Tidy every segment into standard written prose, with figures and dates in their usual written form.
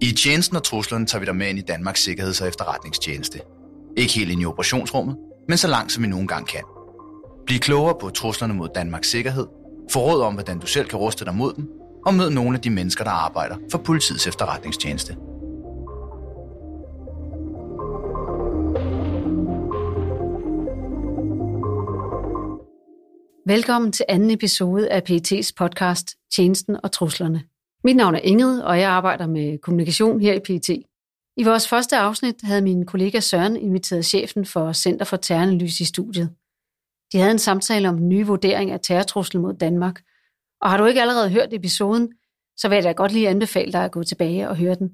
I tjenesten og truslerne tager vi dig med ind i Danmarks Sikkerheds- og Efterretningstjeneste. Ikke helt ind i operationsrummet, men så langt som vi nogle gange kan. Bliv klogere på truslerne mod Danmarks sikkerhed, få råd om, hvordan du selv kan ruste dig mod dem, og mød nogle af de mennesker, der arbejder for Politiets Efterretningstjeneste. Velkommen til anden episode af PET's podcast Tjenesten og truslerne. Mit navn er Ingrid, og jeg arbejder med kommunikation her i PET. I vores første afsnit havde min kollega Søren inviteret chefen for Center for Terroranalyse i studiet. De havde en samtale om den nye vurdering af terrortruslen mod Danmark. Og har du ikke allerede hørt episoden, så vil jeg da godt lige anbefale dig at gå tilbage og høre den.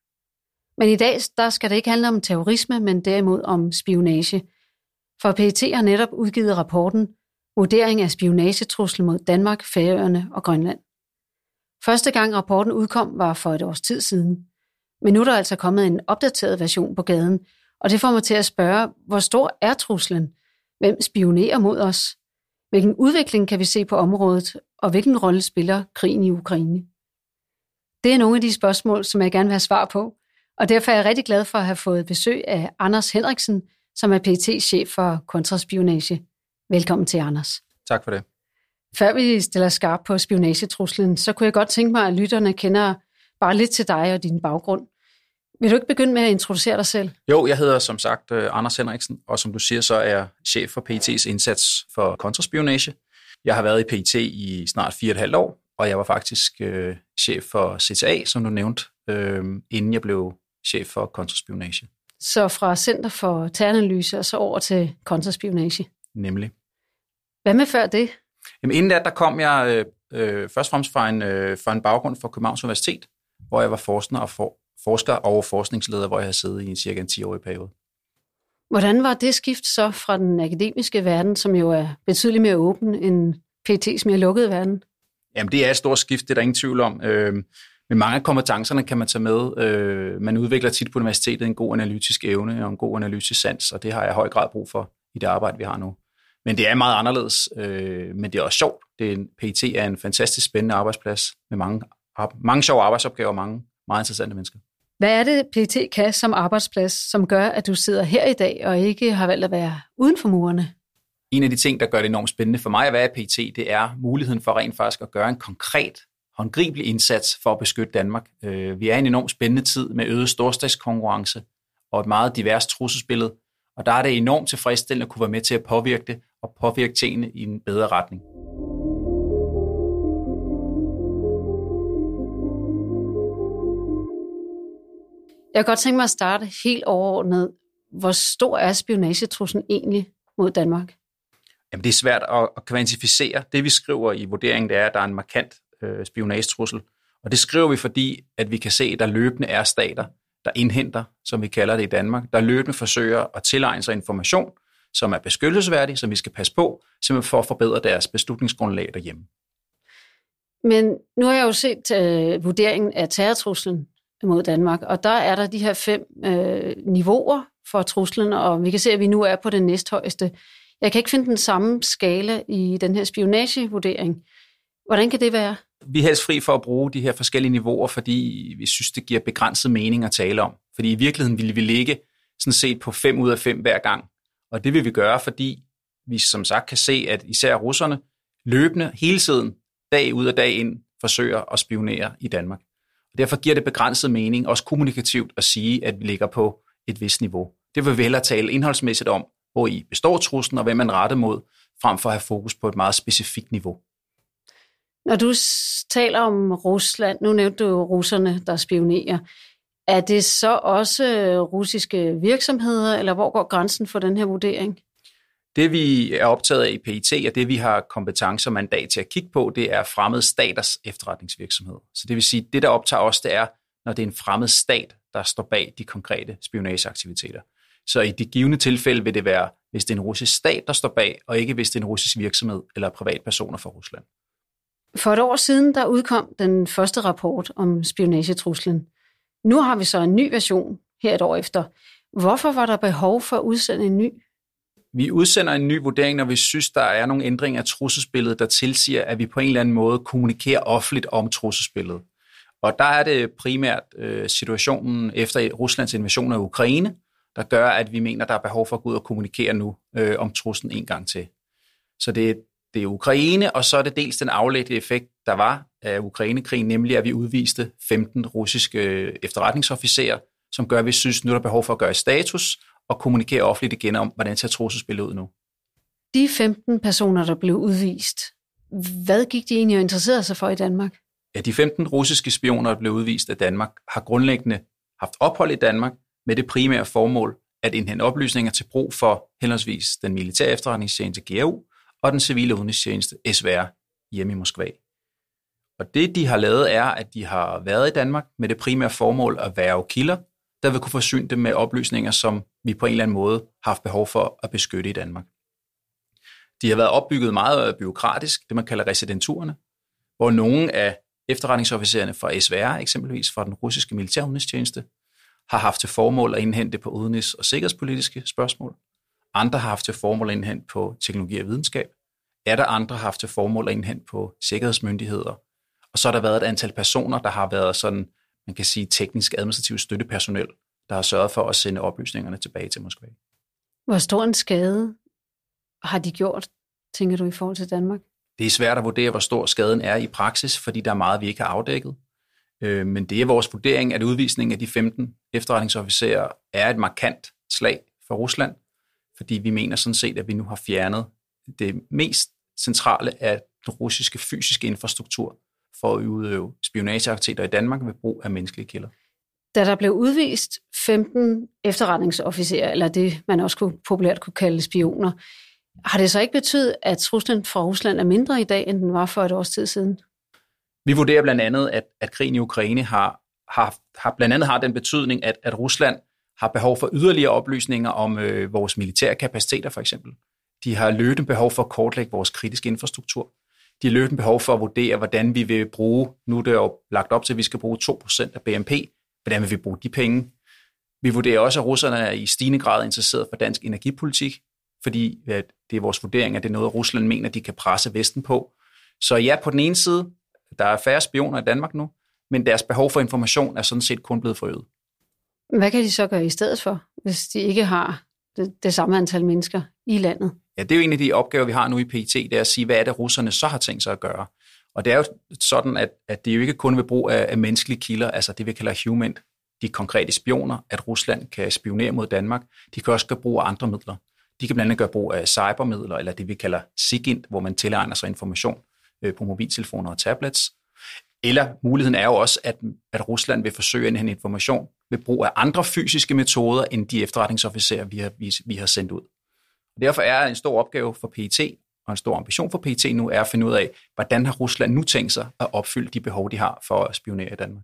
Men i dag der skal det ikke handle om terrorisme, men derimod om spionage. For PET har netop udgivet rapporten Vurdering af spionagetruslen mod Danmark, Færøerne og Grønland. Første gang rapporten udkom var for et års tid siden. Men nu er der altså kommet en opdateret version på gaden, og det får mig til at spørge, hvor stor er truslen? Hvem spionerer mod os? Hvilken udvikling kan vi se på området, og hvilken rolle spiller krigen i Ukraine? Det er nogle af de spørgsmål, som jeg gerne vil have svar på, og derfor er jeg rigtig glad for at have fået besøg af Anders Henriksen, som er PET's chef for kontraspionage. Velkommen til, Anders. Tak for det. Før vi stiller skarpt på spionagetruslen, så kunne jeg godt tænke mig, at lytterne kender bare lidt til dig og din baggrund. Vil du ikke begynde med at introducere dig selv? Jo, jeg hedder som sagt Anders Henriksen, og som du siger, så er jeg chef for PET's indsats for kontraspionage. Jeg har været i PET i snart 4,5 år, og jeg var faktisk chef for CTA, som du nævnte, inden jeg blev chef for kontraspionage. Så fra Center for Terroranalyse og så over til kontraspionage? Nemlig. Hvad med før det? Jamen, inden da, der kom jeg først og fremmest fra en baggrund fra Københavns Universitet, hvor jeg var forsker og forskningsleder, hvor jeg havde siddet i en cirka 10-årig periode. Hvordan var det skift så fra den akademiske verden, som jo er betydeligt mere åben end PET's mere lukkede verden? Jamen, det er et stort skift, det er der ingen tvivl om. Men mange af kompetencerne kan man tage med. Man udvikler tit på universitetet en god analytisk evne og en god analytisk sans, og det har jeg i høj grad brug for i det arbejde, vi har nu. Men det er meget anderledes, men det er også sjovt. PET er en fantastisk spændende arbejdsplads med mange sjove arbejdsopgaver og mange meget interessante mennesker. Hvad er det, PET kan som arbejdsplads, som gør, at du sidder her i dag og ikke har valgt at være uden for murene? En af de ting, der gør det enormt spændende for mig at være i PET, det er muligheden for rent faktisk at gøre en konkret, håndgribelig indsats for at beskytte Danmark. Vi er i en enormt spændende tid med øget storstadskonkurrence og et meget divers trusselsbillede, og der er det enormt tilfredsstillende at kunne være med til at påvirke det og påvirke tingene i en bedre retning. Jeg kan godt tænke mig at starte helt overordnet. Hvor stor er spionagetruslen egentlig mod Danmark? Jamen, det er svært at kvantificere. Det, vi skriver i vurderingen, det er, at der er en markant spionagetrussel. Og det skriver vi, fordi at vi kan se, at der løbende er stater, der indhenter, som vi kalder det i Danmark, der løbende forsøger at tilegne sig information, som er beskyttelsesværdig, som vi skal passe på, simpelthen for at forbedre deres beslutningsgrundlag derhjemme. Men nu har jeg jo set vurderingen af terrortruslen mod Danmark, og der er der de her 5 niveauer for truslen, og vi kan se, at vi nu er på det næsthøjeste. Jeg kan ikke finde den samme skala i den her spionagevurdering. Hvordan kan det være? Vi er helst fri for at bruge de her forskellige niveauer, fordi vi synes, det giver begrænset mening at tale om. Fordi i virkeligheden ville vi ligge sådan set på 5 ud af 5 hver gang. Og det vil vi gøre, fordi vi som sagt kan se, at især russerne løbende hele tiden, dag ud og dag ind, forsøger at spionere i Danmark. Og derfor giver det begrænset mening, også kommunikativt, at sige, at vi ligger på et vist niveau. Det vil vi hellere tale indholdsmæssigt om, hvor i består truslen og hvem man retter mod, frem for at have fokus på et meget specifikt niveau. Når du taler om Rusland, nu nævnte du russerne, der spionerer. Er det så også russiske virksomheder, eller hvor går grænsen for den her vurdering? Det vi er optaget af i PET, og det vi har kompetence og mandat til at kigge på, det er fremmede staters efterretningsvirksomhed. Så det vil sige, det der optager os, det er, når det er en fremmed stat, der står bag de konkrete spionageaktiviteter. Så i det givne tilfælde vil det være, hvis det er en russisk stat, der står bag, og ikke hvis det er en russisk virksomhed eller privatpersoner fra Rusland. For et år siden, der udkom den første rapport om spionagetruslen. Nu har vi så en ny version her et år efter. Hvorfor var der behov for at udsende en ny? Vi udsender en ny vurdering, når vi synes, der er nogle ændringer af trusselsbilledet, der tilsiger, at vi på en eller anden måde kommunikerer offentligt om trusselsbilledet. Og der er det primært situationen efter Ruslands invasion af Ukraine, der gør, at vi mener, der er behov for at gå ud og kommunikere nu om truslen en gang til. Så det er Ukraine, og så er det dels den afledte effekt, der var af Ukrainekrigen, nemlig at vi udviste 15 russiske efterretningsofficerer, som gør, at vi synes, nu er der behov for at gøre status og kommunikere offentligt igen om, hvordan ser trusselsbilledet ud nu. De 15 personer, der blev udvist, hvad gik de egentlig og interesserede sig for i Danmark? Ja, de 15 russiske spioner, der blev udvist af Danmark, har grundlæggende haft ophold i Danmark med det primære formål at indhente oplysninger til brug for henholdsvis den militære efterretningstjeneste GRU og den civile udenrigstjeneste SVR hjemme i Moskva. Og det, de har lavet, er, at de har været i Danmark med det primære formål at være kilder, der vil kunne forsyne dem med oplysninger, som vi på en eller anden måde har haft behov for at beskytte i Danmark. De har været opbygget meget bureaukratisk, det man kalder residenturerne, hvor nogle af efterretningsofficererne fra SVR, eksempelvis fra den russiske militærudenrigstjeneste, har haft til formål at indhente på udenrigs- og sikkerhedspolitiske spørgsmål. Andre har haft til formål at indhente på teknologi og videnskab. Andre har haft til formål at indhente på sikkerhedsmyndigheder. Og så har der været et antal personer, der har været sådan, man kan sige, teknisk administrativt støttepersonel, der har sørget for at sende oplysningerne tilbage til Moskva. Hvor stor en skade har de gjort, tænker du, i forhold til Danmark? Det er svært at vurdere, hvor stor skaden er i praksis, fordi der er meget, vi ikke har afdækket. Men det er vores vurdering, at udvisningen af de 15 efterretningsofficerer er et markant slag for Rusland, fordi vi mener sådan set, at vi nu har fjernet det mest centrale af den russiske fysiske infrastruktur for at udøve spionageaktiviteter i Danmark ved brug af menneskelige kilder. Da der blev udvist 15 efterretningsofficerer, eller det man også populært kunne kalde spioner, har det så ikke betydet, at truslen fra Rusland er mindre i dag, end den var for et års tid siden? Vi vurderer blandt andet, at krigen i Ukraine blandt andet har den betydning, at Rusland har behov for yderligere oplysninger om vores militære kapaciteter, for eksempel. De har løbende behov for at kortlægge vores kritiske infrastruktur. De har løbende behov for at vurdere, hvordan vi vil bruge, nu er det jo lagt op til, at vi skal bruge 2% af BNP, hvordan vil vi bruge de penge. Vi vurderer også, at russerne er i stigende grad interesseret for dansk energipolitik, fordi det er vores vurdering, at det er noget, Rusland mener, de kan presse Vesten på. Så ja, på den ene side, der er færre spioner i Danmark nu, men deres behov for information er sådan set kun blevet forøget. Hvad kan de så gøre i stedet for, hvis de ikke har det samme antal mennesker i landet? Ja, det er jo en af de opgaver, vi har nu i PET, det er at sige, hvad er det, russerne så har tænkt sig at gøre. Og det er jo sådan, at det jo ikke kun ved brug af menneskelige kilder, altså det vi kalder human, de konkrete spioner, at Rusland kan spionere mod Danmark. De kan også gøre brug af andre midler. De kan blandt andet gøre brug af cybermidler, eller det vi kalder SIGINT, hvor man tilegner sig information på mobiltelefoner og tablets. Eller muligheden er jo også, at Rusland vil forsøge at indhente information ved brug af andre fysiske metoder, end de efterretningsofficerer, vi har sendt ud. Og derfor er en stor opgave for PET, og en stor ambition for PET nu, er at finde ud af, hvordan har Rusland nu tænkt sig at opfylde de behov, de har for at spionere i Danmark.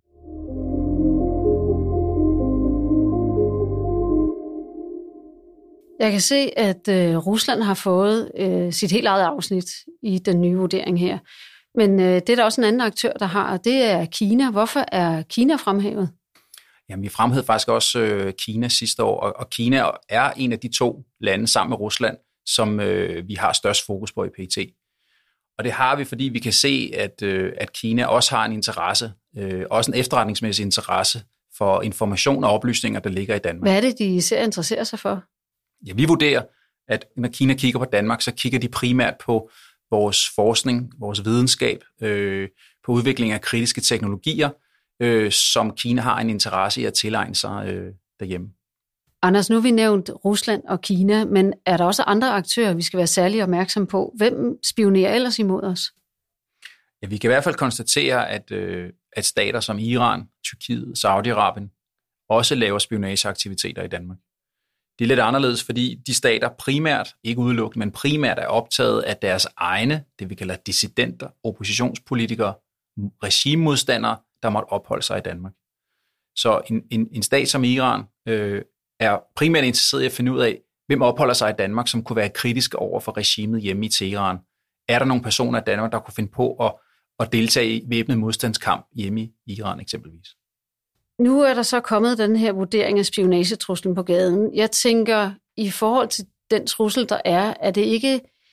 Jeg kan se, at Rusland har fået sit helt eget afsnit i den nye vurdering her. Men det er der også en anden aktør, der har, og det er Kina. Hvorfor er Kina fremhævet? Jamen, vi fremhævede faktisk også Kina sidste år, og Kina er en af de 2 lande sammen med Rusland, som vi har størst fokus på i PET. Og det har vi, fordi vi kan se, at Kina også har en interesse, også en efterretningsmæssig interesse for information og oplysninger, der ligger i Danmark. Hvad er det, de især interesserer sig for? Ja, vi vurderer, at når Kina kigger på Danmark, så kigger de primært på vores forskning, vores videnskab, på udvikling af kritiske teknologier, som Kina har en interesse i at tilegne sig derhjemme. Anders, nu har vi nævnt Rusland og Kina, men er der også andre aktører, vi skal være særlig opmærksom på? Hvem spionerer ellers imod os? Ja, vi kan i hvert fald konstatere, at stater som Iran, Tyrkiet, Saudi-Arabien også laver spionageaktiviteter i Danmark. Det er lidt anderledes, fordi de stater primært, ikke udelukkende, men primært er optaget af deres egne, det vi kalder dissidenter, oppositionspolitikere, regimemodstandere, der måtte opholde sig i Danmark. Så en stat som Iran er primært interesseret i at finde ud af, hvem opholder sig i Danmark, som kunne være kritiske over for regimet hjemme i Teheran. Er der nogle personer i Danmark, der kunne finde på at deltage i væbnet modstandskamp hjemme i Iran eksempelvis? Nu er der så kommet den her vurdering af spionagetruslen på gaden. Jeg tænker, i forhold til den trussel, der er det ikke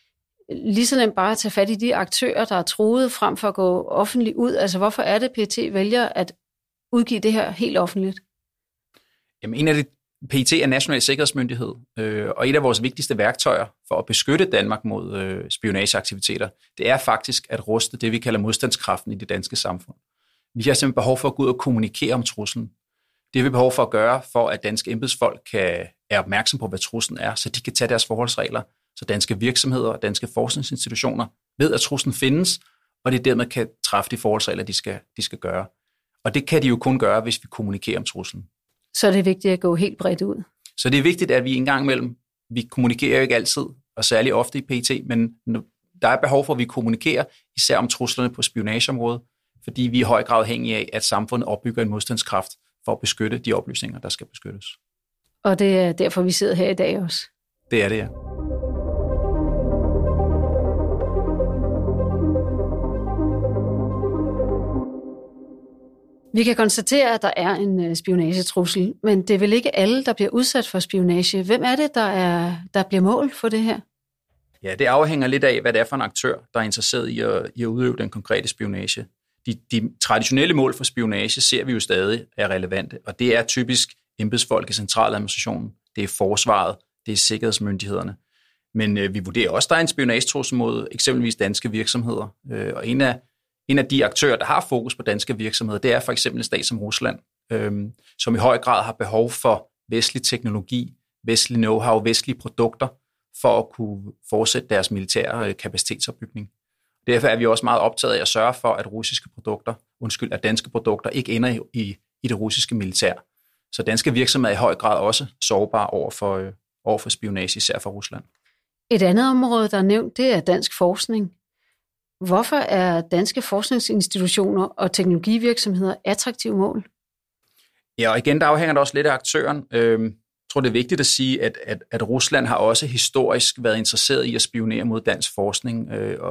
lige så nemt bare at tage fat i de aktører, der er truet, frem for at gå offentligt ud? Altså, hvorfor er det, PET vælger at udgive det her helt offentligt? Jamen, PET er national sikkerhedsmyndighed, og et af vores vigtigste værktøjer for at beskytte Danmark mod spionageaktiviteter, det er faktisk at ruste det, vi kalder modstandskraften i det danske samfund. Vi har simpelthen behov for at gå ud og kommunikere om truslen. Det har vi behov for at gøre, for at danske embedsfolk er opmærksom på, hvad truslen er, så de kan tage deres forholdsregler, så danske virksomheder og danske forskningsinstitutioner ved, at truslen findes, og det dermed kan træffe de forholdsregler, de skal gøre. Og det kan de jo kun gøre, hvis vi kommunikerer om truslen. Så er det vigtigt at gå helt bredt ud. Så det er vigtigt, at vi en gang imellem, vi kommunikerer jo ikke altid, og særligt ofte i PET, men der er behov for, at vi kommunikerer, især om truslerne på spionageområdet, fordi vi er i høj grad afhængige af, at samfundet opbygger en modstandskraft for at beskytte de oplysninger, der skal beskyttes. Og det er derfor, vi sidder her i dag også. Det er det, ja. Vi kan konstatere, at der er en spionagetrussel, men det er vel ikke alle, der bliver udsat for spionage. Hvem er det, der bliver mål for det her? Ja, det afhænger lidt af, hvad det er for en aktør, der er interesseret i at udøve den konkrete spionage. De traditionelle mål for spionage ser vi jo stadig er relevante, og det er typisk embedsfolk i centraladministrationen, det er forsvaret, det er sikkerhedsmyndighederne. Men vi vurderer også, at der er en spionagetrussel mod eksempelvis danske virksomheder, og en af de aktører, der har fokus på danske virksomheder, det er for eksempel en stat som Rusland, som i høj grad har behov for vestlig teknologi, vestlig know-how, vestlige produkter, for at kunne fortsætte deres militære kapacitetsopbygning. Derfor er vi også meget optaget af at sørge for, at danske produkter ikke ender i det russiske militær. Så danske virksomheder er i høj grad også sårbare over for spionage, især fra Rusland. Et andet område, der er nævnt, det er dansk forskning. Hvorfor er danske forskningsinstitutioner og teknologivirksomheder attraktive mål? Ja, og igen, der afhænger det også lidt af aktøren. Jeg tror, det er vigtigt at sige, at Rusland har også historisk været interesseret i at spionere mod dansk forskning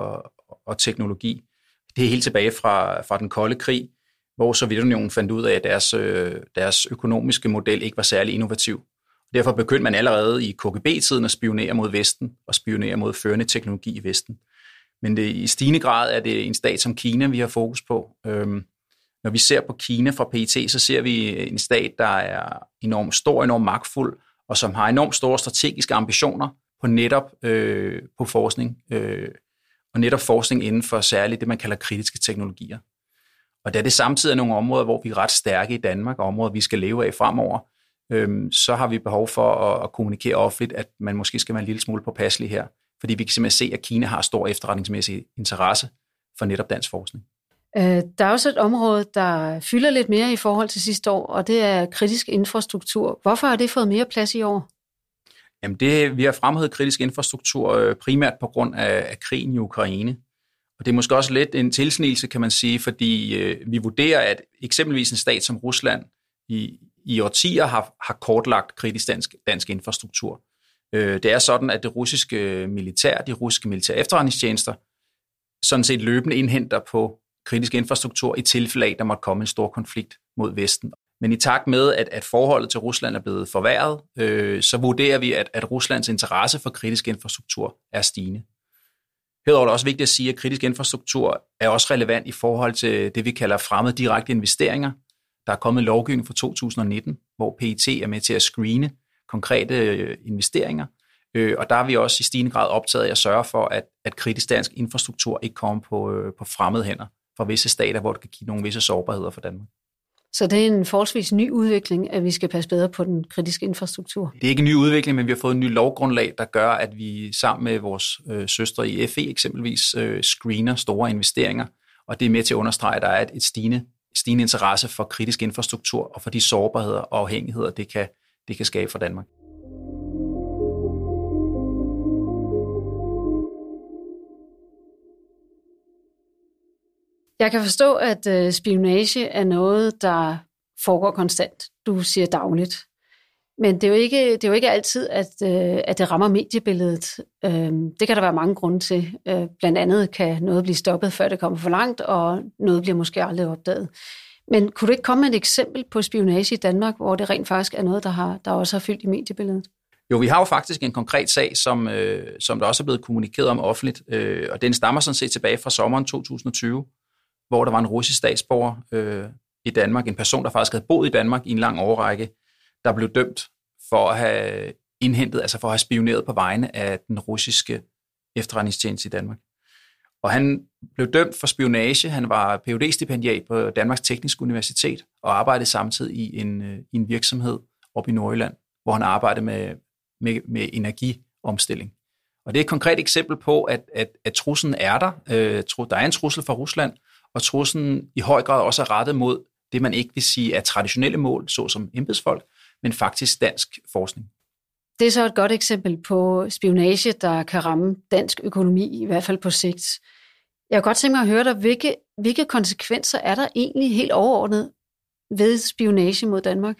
og teknologi. Det er helt tilbage fra den kolde krig, hvor Sovjetunionen fandt ud af, at deres økonomiske model ikke var særlig innovativ. Derfor begyndte man allerede i KGB-tiden at spionere mod Vesten og spionere mod førende teknologi i Vesten. Men i stigende grad er det en stat som Kina, vi har fokus på. Når vi ser på Kina fra PET, så ser vi en stat, der er enormt stor, enormt magtfuld, og som har enormt store strategiske ambitioner på netop på forskning, og netop forskning inden for særligt det, man kalder kritiske teknologier. Og da det samtidig er nogle områder, hvor vi er ret stærke i Danmark, og områder, vi skal leve af fremover, så har vi behov for at kommunikere offentligt, at man måske skal være en lille smule påpasselig her, fordi vi kan simpelthen se, at Kina har stor efterretningsmæssig interesse for netop dansk forskning. Der er også et område, der fylder lidt mere i forhold til sidste år, og det er kritisk infrastruktur. Hvorfor har det fået mere plads i år? Jamen vi har fremhævet kritisk infrastruktur primært på grund af krigen i Ukraine. Og det er måske også lidt en tilsnigelse, kan man sige, fordi vi vurderer, at eksempelvis en stat som Rusland i årtier har kortlagt kritisk dansk infrastruktur. Det er sådan, at det russiske militær, de russiske militære efterretningstjenester, sådan set løbende indhenter på kritisk infrastruktur i tilfælde af, der måtte komme en stor konflikt mod Vesten. Men i takt med, at forholdet til Rusland er blevet forværret, så vurderer vi, at Ruslands interesse for kritisk infrastruktur er stigende. Herudover er det også vigtigt at sige, at kritisk infrastruktur er også relevant i forhold til det, vi kalder fremmede direkte investeringer. Der er kommet lovgivning fra 2019, hvor PET er med til at screene konkrete investeringer, og der er vi også i stigende grad optaget af at sørge for, at kritisk dansk infrastruktur ikke kommer på fremmede hænder fra visse stater, hvor det kan give nogle visse sårbarheder for Danmark. Så det er en forholdsvis ny udvikling, at vi skal passe bedre på den kritiske infrastruktur? Det er ikke en ny udvikling, men vi har fået en ny lovgrundlag, der gør, at vi sammen med vores søstre i FE eksempelvis screener store investeringer, og det er med til at understrege, at der er et stigende interesse for kritisk infrastruktur og for de sårbarheder og afhængigheder, det kan skabe for Danmark. Jeg kan forstå, at spionage er noget, der foregår konstant. Du siger dagligt. Men det er jo ikke altid, at det rammer mediebilledet. Det kan der være mange grunde til. Blandt andet kan noget blive stoppet, før det kommer for langt, og noget bliver måske aldrig opdaget. Men kunne du ikke komme med et eksempel på spionage i Danmark, hvor det rent faktisk er noget, der også har fyldt i mediebilledet? Jo, vi har jo faktisk en konkret sag, som der også er blevet kommunikeret om offentligt, og den stammer sådan set tilbage fra sommeren 2020, hvor der var en russisk statsborger i Danmark, en person, der faktisk havde boet i Danmark i en lang årrække, der blev dømt for at have indhentet, altså for at have spioneret på vegne af den russiske efterretningstjeneste i Danmark. Og han blev dømt for spionage. Han var Ph.D.-stipendiat på Danmarks Tekniske Universitet og arbejdede samtidig i en virksomhed oppe i Nordjylland, hvor han arbejdede med energiomstilling. Og det er et konkret eksempel på, at truslen er der. Der er en trussel fra Rusland, og truslen i høj grad også er rettet mod det, man ikke vil sige er traditionelle mål, såsom embedsfolk, men faktisk dansk forskning. Det er så et godt eksempel på spionage, der kan ramme dansk økonomi, i hvert fald på sigt. Jeg kunne godt tænke mig at høre dig, hvilke konsekvenser er der egentlig helt overordnet ved spionage mod Danmark?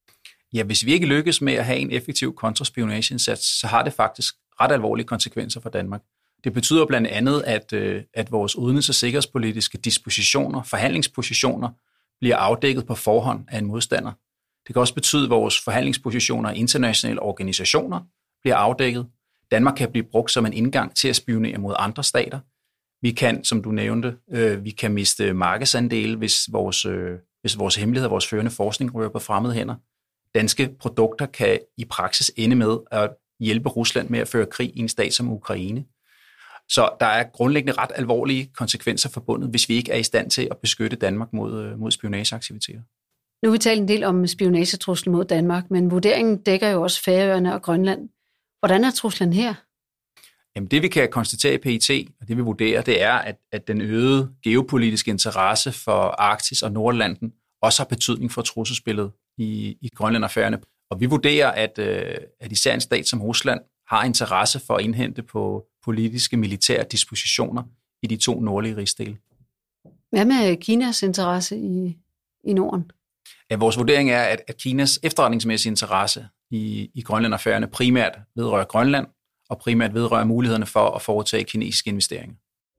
Ja, hvis vi ikke lykkes med at have en effektiv kontraspionageindsats, så har det faktisk ret alvorlige konsekvenser for Danmark. Det betyder blandt andet, at vores udenrigs- og sikkerhedspolitiske dispositioner, forhandlingspositioner, bliver afdækket på forhånd af en modstander. Det kan også betyde, at vores forhandlingspositioner i internationale organisationer bliver afdækket. Danmark kan blive brugt som en indgang til at spionere mod andre stater. Vi kan, som du nævnte, vi kan miste markedsandele, hvis vores hemmeligheder, vores førende forskning rører på fremmede hænder. Danske produkter kan i praksis ende med at hjælpe Rusland med at føre krig i en stat som Ukraine. Så der er grundlæggende ret alvorlige konsekvenser forbundet, hvis vi ikke er i stand til at beskytte Danmark mod spionageaktiviteter. Nu har vi talt en del om spionagetruslen mod Danmark, men vurderingen dækker jo også Færøerne og Grønland. Hvordan er truslen her? Jamen det vi kan konstatere i PET, og det vi vurderer, det er, at den øgede geopolitiske interesse for Arktis og Nordatlanten også har betydning for trusselsbilledet i Grønland og Færøerne. Og vi vurderer, at især en stat som Rusland har interesse for at indhente på politiske militære dispositioner i de to nordlige rigsdele. Hvad med Kinas interesse i Norden? Ja, vores vurdering er, at Kinas efterretningsmæssige interesse i Grønland og Færøerne primært vedrører Grønland, og primært vedrører mulighederne for at foretage kinesiske investeringer.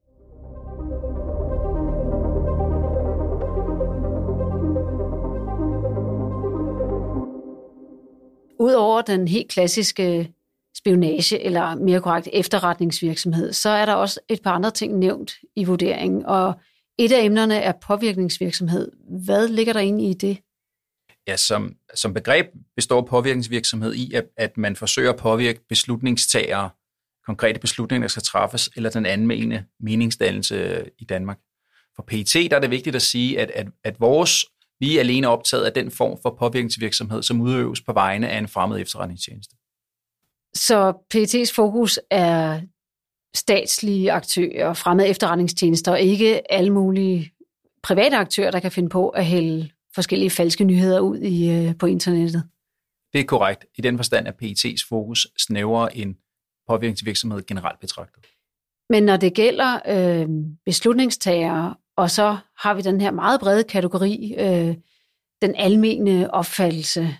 Udover den helt klassiske spionage, eller mere korrekt efterretningsvirksomhed, så er der også et par andre ting nævnt i vurderingen, og et af emnerne er påvirkningsvirksomhed. Hvad ligger der egentlig i det? Ja, som begreb består påvirkningsvirksomhed i, at man forsøger at påvirke beslutningstagere, konkrete beslutninger, der skal træffes, eller den almene meningsdannelse i Danmark. For PET der er det vigtigt at sige, at vi er alene optaget af den form for påvirkningsvirksomhed, som udøves på vegne af en fremmed efterretningstjeneste. Så PET's fokus er statslige aktører, fremmede efterretningstjenester, og ikke alle mulige private aktører, der kan finde på at hælde forskellige falske nyheder ud på internettet. Det er korrekt. I den forstand er PET's fokus snævrere end påvirkningsvirksomhed generelt betragtet. Men når det gælder beslutningstagere, og så har vi den her meget brede kategori, den almene opfattelse,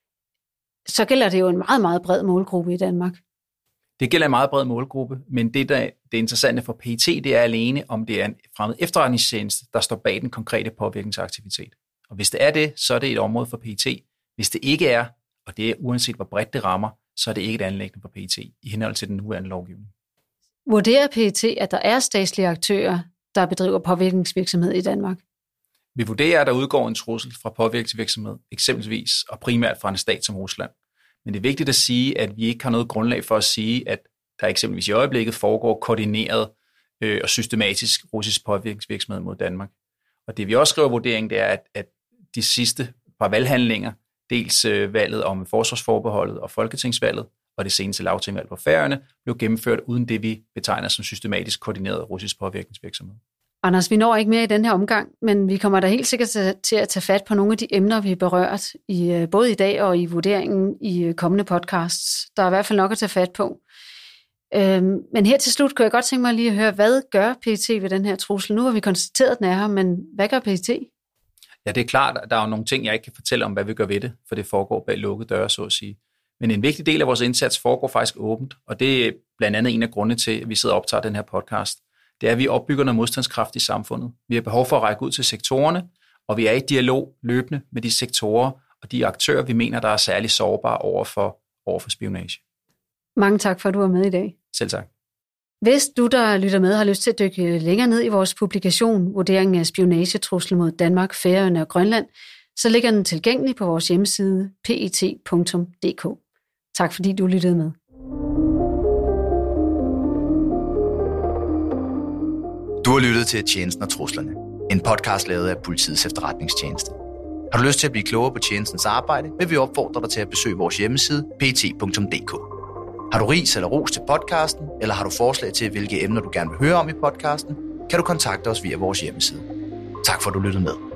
så gælder det jo en meget, meget bred målgruppe i Danmark. Det gælder en meget bred målgruppe, men det interessante for PET, det er alene, om det er en fremmed efterretningstjeneste, der står bag den konkrete påvirkningsaktivitet. Og hvis det er det, så er det et område for PET. Hvis det ikke er, og det er uanset hvor bredt det rammer, så er det ikke et anliggende for PET i henhold til den nuværende lovgivning. Vurderer PET, at der er statslige aktører, der bedriver påvirkningsvirksomhed i Danmark? Vi vurderer, at der udgår en trussel fra påvirkningsvirksomhed, eksempelvis og primært fra en stat som Rusland. Men det er vigtigt at sige, at vi ikke har noget grundlag for at sige, at der eksempelvis i øjeblikket foregår koordineret og systematisk russisk påvirkningsvirksomhed mod Danmark. Og det vi også skriver i vurderingen, det er, at de sidste par valghandlinger, dels valget om forsvarsforbeholdet og folketingsvalget, og det seneste lagtingvalg på Færøerne, blev gennemført uden det, vi betegner som systematisk koordineret russisk påvirkningsvirksomhed. Anders, vi når ikke mere i den her omgang, men vi kommer da helt sikkert til at tage fat på nogle af de emner, vi har berørt, både i dag og i vurderingen i kommende podcasts. Der er i hvert fald nok at tage fat på. Men her til slut kunne jeg godt tænke mig lige at høre, hvad gør PET ved den her trussel? Nu har vi konstateret, at den er her, men hvad gør PET? Ja, det er klart, at der er jo nogle ting, jeg ikke kan fortælle om, hvad vi gør ved det, for det foregår bag lukkede døre, så at sige. Men en vigtig del af vores indsats foregår faktisk åbent, og det er blandt andet en af grundene til, at vi sidder og optager den her podcast. Det er, at vi opbygger noget modstandskraft i samfundet. Vi har behov for at række ud til sektorerne, og vi er i dialog løbende med de sektorer og de aktører, vi mener, der er særligt sårbare over over for spionage. Mange tak for, at du var med i dag. Selv tak. Hvis du, der lytter med, har lyst til at dykke længere ned i vores publikation, Vurderingen af spionagetrusler mod Danmark, Færøerne og Grønland, så ligger den tilgængelig på vores hjemmeside pet.dk. Tak fordi du lyttede med. Du har lyttet til Tjenesten og Truslerne, en podcast lavet af Politiets Efterretningstjeneste. Har du lyst til at blive klogere på tjenestens arbejde, vil vi opfordre dig til at besøge vores hjemmeside pet.dk. Har du ris eller ros til podcasten, eller har du forslag til, hvilke emner du gerne vil høre om i podcasten, kan du kontakte os via vores hjemmeside. Tak for at du lyttede med.